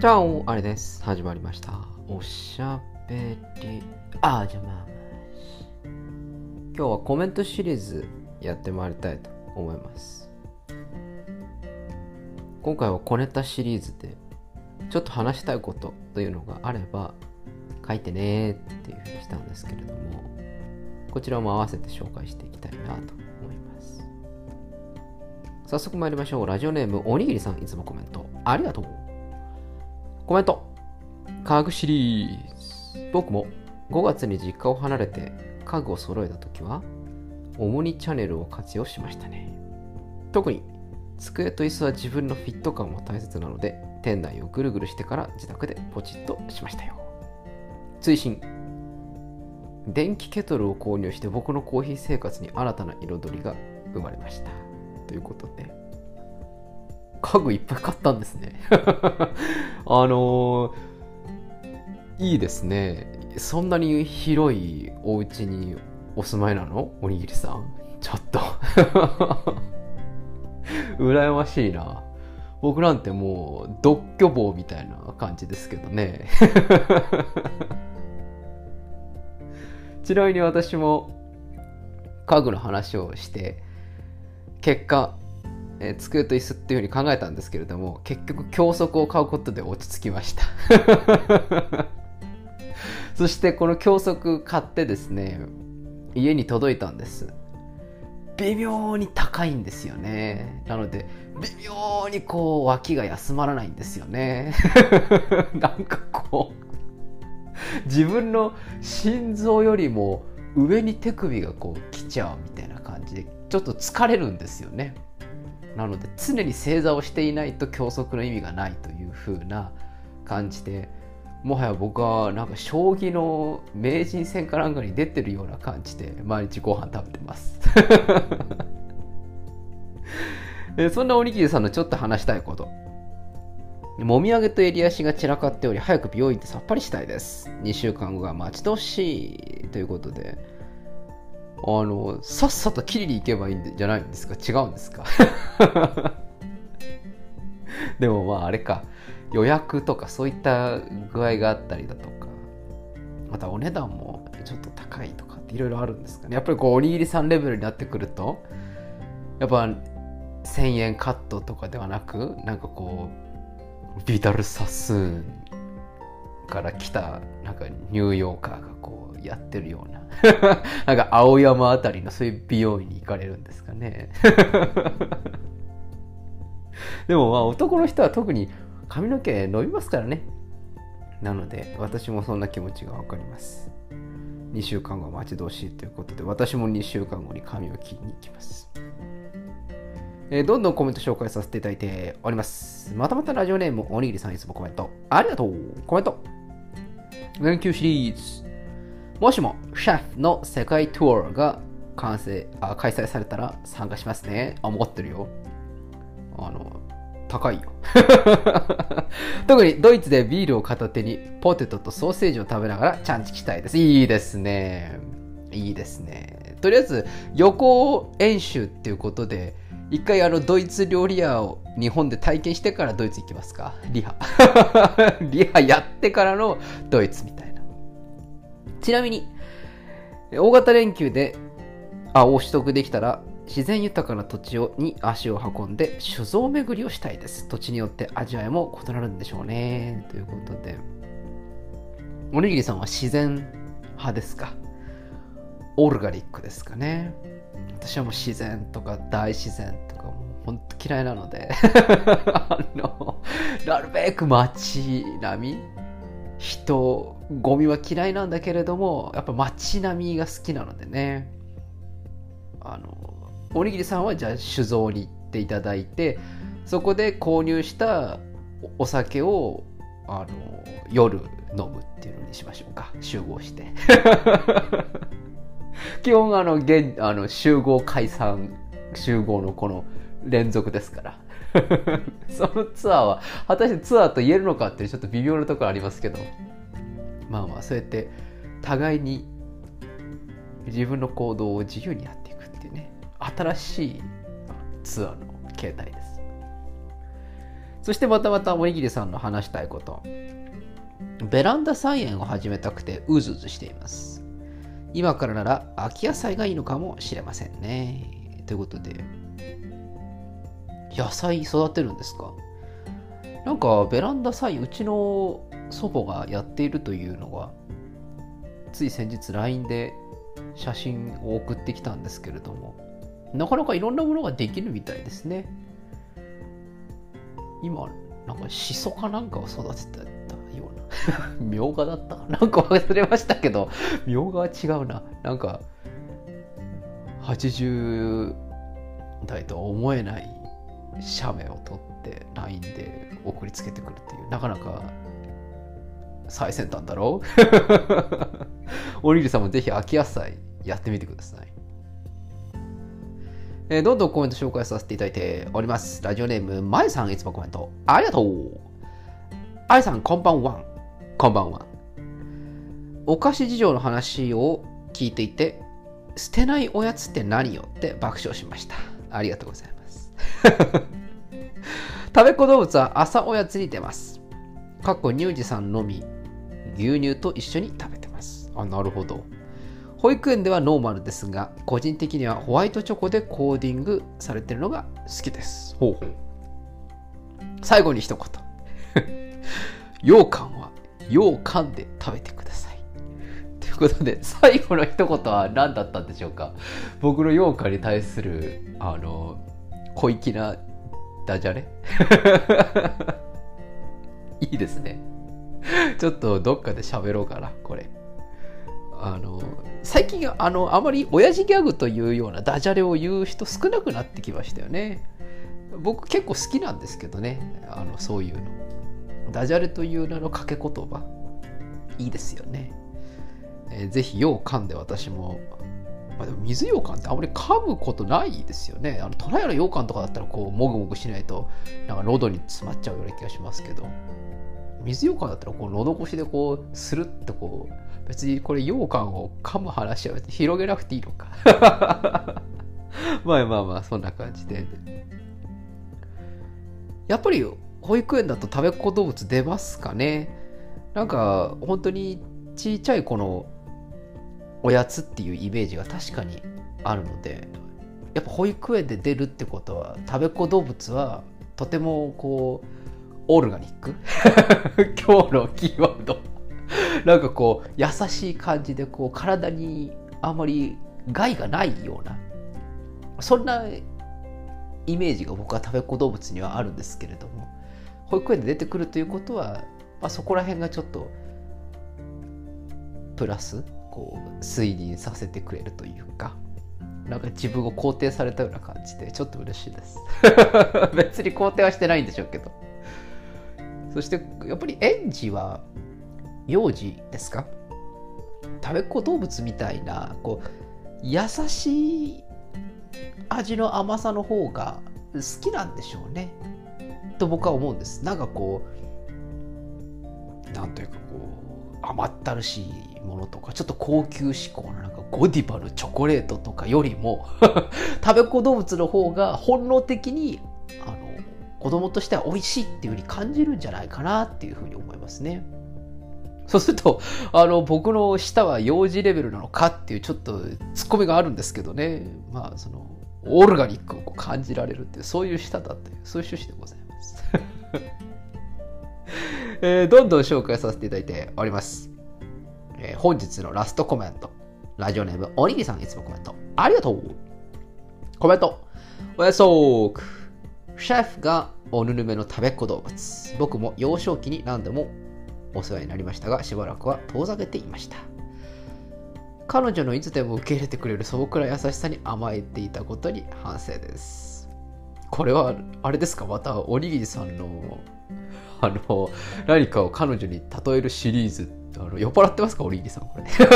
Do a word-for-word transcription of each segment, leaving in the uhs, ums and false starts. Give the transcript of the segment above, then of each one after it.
じゃあ、あれです。始まりました。おしゃべり、あーじゃまー今日はコメントシリーズやってまいりたいと思います。今回は小ネタシリーズで、ちょっと話したいことというのがあれば、書いてねーっていうふうにしたんですけれども、こちらも合わせて紹介していきたいなと思います。早速参りましょう。ラジオネームおにぎりさん、いつもコメントありがとう。コメント、家具シリーズ。僕もごがつに実家を離れて家具を揃えた時はオムニチャンネルを活用しましたね。特に机と椅子は自分のフィット感も大切なので、店内をぐるぐるしてから自宅でポチッとしましたよ。追伸、電気ケトルを購入して僕のコーヒー生活に新たな彩りが生まれました。ということで、家具いっぱい買ったんですね。あのー、いいですね。そんなに広いお家にお住まいなの？おにぎりさん。ちょっと。羨ましいな。僕なんてもう、独居房みたいな感じですけどね。ちなみに私も家具の話をして、結果、えー、机と椅子っていう風に考えたんですけれども、結局教則を買うことで落ち着きました。そしてこの教則買ってですね、家に届いたんです。微妙に高いんですよね。なので微妙にこう脇が休まらないんですよね。なんかこう自分の心臓よりも上に手首がこう来ちゃうみたいな感じで、ちょっと疲れるんですよね。なので常に正座をしていないと教則の意味がないという風な感じで、もはや僕はなんか将棋の名人戦かなんかに出てるような感じで毎日ご飯食べてます。そんなおにぎりさんのちょっと話したいこと。もみあげと襟足が散らかっており、早く美容院でさっぱりしたいです。にしゅうかんごが待ち遠しいということで、あのさっさと切りに行けばいいんじゃないんですか？違うんですか？でもまああれか、予約とかそういった具合があったりだとか、またお値段もちょっと高いとかっていろいろあるんですかね。やっぱりこうおにぎりさんレベルになってくると、やっぱせんえんカットとかではなく、なんかこうビダルサスーンから来たなんかニューヨーカーがこうやってるようななんか青山あたりのそういう美容院に行かれるんですかね。でもまあ男の人は特に髪の毛伸びますからね。なので私もそんな気持ちがわかります。にしゅうかんごは待ち遠しいということで、私もにしゅうかんごに髪を切りに行きます。えー、どんどんコメント紹介させていただいております。またまたラジオネームおにぎりさん、いつもコメントありがとう。コメント、連休シリーズ。もしもシェフの世界ツアーが完成あ開催されたら参加しますね。あ、持ってるよ。あの高いよ。特にドイツでビールを片手にポテトとソーセージを食べながらチャンチキしたいです。いいですね。いいですね。とりあえず予行演習っていうことで、一回あのドイツ料理屋を日本で体験してからドイツ行きますか。リハ。リハやってからのドイツみたいな。ちなみに大型連休であを取得できたら、自然豊かな土地をに足を運んで酒造巡りをしたいです。土地によって味わいも異なるんでしょうね。ということで、おにぎりさんは自然派ですか？オーガニックですかね？私はもう自然とか大自然とかもうほんと嫌いなのであのなるべく街並み、人、ゴミは嫌いなんだけれども、やっぱ街並みが好きなのでね。あのおにぎりさんはじゃあ酒造に行っていただいて、そこで購入したお酒をあの夜飲むっていうのにしましょうか。集合して基本あの現あの集合解散集合のこの連続ですからそのツアーは果たしてツアーと言えるのかっていうちょっと微妙なところありますけど、まあまあそうやって互いに自分の行動を自由にやっていくっていうね、新しいツアーの形態です。 そしてまたまたおにぎりさんの話したいこと。ベランダ菜園を始めたくてうずうずしています。今からなら秋野菜がいいのかもしれませんね。ということで、野菜育てるんですか？なんかベランダ菜園、うちの祖母がやっているというのが、つい先日 ライン で写真を送ってきたんですけれども、なかなかいろんなものができるみたいですね。今なんかシソかなんかを育ててたようなみょうがだったかなんか忘れましたけど、みょうがは違うな。なんかはちじゅう代とは思えない写メを撮って ライン で送りつけてくるっていう、なかなか最先端だろうおにぎりさんもぜひ秋野菜やってみてください。えー、どんどんコメント紹介させていただいております。ラジオネームまえさん、いつもコメントありがとう。あいさんこんばんは。こんばんは。お菓子事情の話を聞いていて、捨てないおやつって何よって爆笑しました。ありがとうございます食べっ子動物は朝おやつに出ます。かっこ乳児さんのみ牛乳と一緒に食べてます。あ、なるほど。保育園ではノーマルですが、個人的にはホワイトチョコでコーディングされているのが好きです。ほうほう。最後に一言羊羹は羊羹で食べてください。ということで、最後の一言は何だったんでしょうか。僕の羊羹に対するあの小粋なダジャレいいですね。ちょっとどっかで喋ろうかな、これ。あの最近あのあまり親父ギャグというようなダジャレを言う人少なくなってきましたよね。僕結構好きなんですけどね、あのそういうの。ダジャレという名の掛け言葉いいですよね。えー、ぜひ羊羹で私も、まあ、でも水羊羹ってあまり噛むことないですよね。あのトラヤの羊羹とかだったらこうもぐもぐしないとなんか喉に詰まっちゃうような気がしますけど、水羊羹だったらこう喉越しでこうスルッとこう、別にこれ羊羹を噛む話は広げなくていいのかまあまあまあそんな感じで、やっぱり保育園だと食べっ子動物出ますかね。なんか本当にちいちゃい子のおやつっていうイメージが確かにあるので、やっぱ保育園で出るってことは食べっ子動物はとてもこうオールガニック今日のキーワードなんかこう優しい感じでこう体にあまり害がないような、そんなイメージが僕は食べっ子動物にはあるんですけれども、保育園で出てくるということは、まあ、そこら辺がちょっとプラスこう推認させてくれるというか、なんか自分を肯定されたような感じでちょっと嬉しいです別に肯定はしてないんでしょうけど。そしてやっぱり園児は幼児ですか、食べっ子動物みたいなこう優しい味の甘さの方が好きなんでしょうねと僕は思うんです。なんかこうなんというかこう甘ったるしいものとかちょっと高級志向のなんかゴディバのチョコレートとかよりも食べっ子動物の方が本能的にあの子供としては美味しいっていう風に感じるんじゃないかなっていう風に思いますね。そうするとあの僕の舌は幼児レベルなのかっていうちょっとツッコミがあるんですけどね、まあそのオーガニックをこう感じられるっていうそういう舌だっていうそういう趣旨でございますえー、どんどん紹介させていただいております。えー、本日のラストコメント、ラジオネームおにぎりさん、いつもコメントありがとう。コメントおやそーく。シェフがおぬるめの食べっ子動物。僕も幼少期に何度もお世話になりましたが、しばらくは遠ざけていました。彼女のいつでも受け入れてくれる素朴な優しさに甘えていたことに反省です。これはあれですか、またおにぎりさんのあの何かを彼女に例えるシリーズ、あの酔っ払ってますかおにぎりさんこ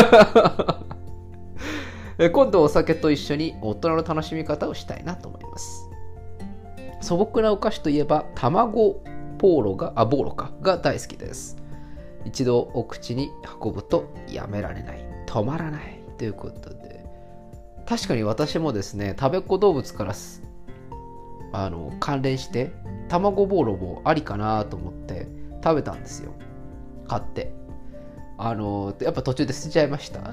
れ今度お酒と一緒に大人の楽しみ方をしたいなと思います。素朴なお菓子といえば卵ポーロがあボーロかが大好きです。一度お口に運ぶとやめられない、止まらないということで、確かに私もですね食べっ子動物からあの関連して卵ボーロもありかなと思って食べたんですよ、買って。あのやっぱ途中で捨てちゃいました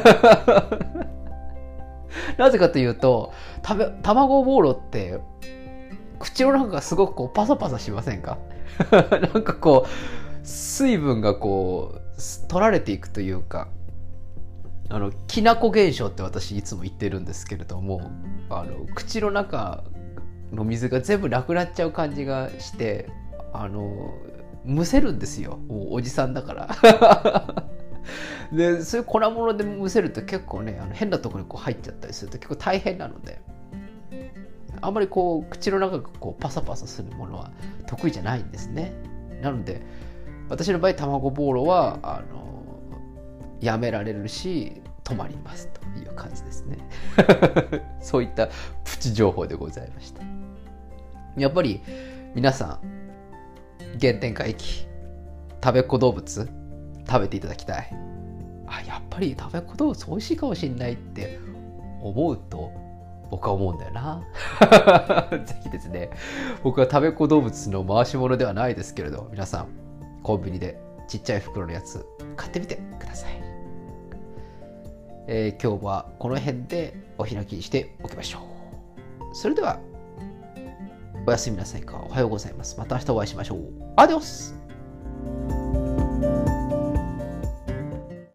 なぜかというと、食べ卵ボーロって口の中がすごくこうパサパサしませんかなんかこう水分がこう取られていくというか、あのきなこ現象って私いつも言ってるんですけれども、あの口の中の水が全部なくなっちゃう感じがして、あのむせるんですよ、おじさんだからでそういう粉物でむせると結構ね、あの変なところにこう入っちゃったりすると結構大変なので、あんまりこう口の中がこうパサパサするものは得意じゃないんですね。なので私の場合卵ボーロはあのやめられるし止まりますという感じですねそういったプチ情報でございました。やっぱり皆さん原点回帰、食べっ子動物食べていただきたい。あ、やっぱり食べっ子動物美味しいかもしれないって思うと僕は思うんだよなぜひですね、僕は食べっ子動物の回し物ではないですけれど、皆さんコンビニでちっちゃい袋のやつ買ってみてください。えー、今日はこの辺でお開きにしておきましょう。それではおやすみなさいか、おはようございます。また明日お会いしましょう。アディオス。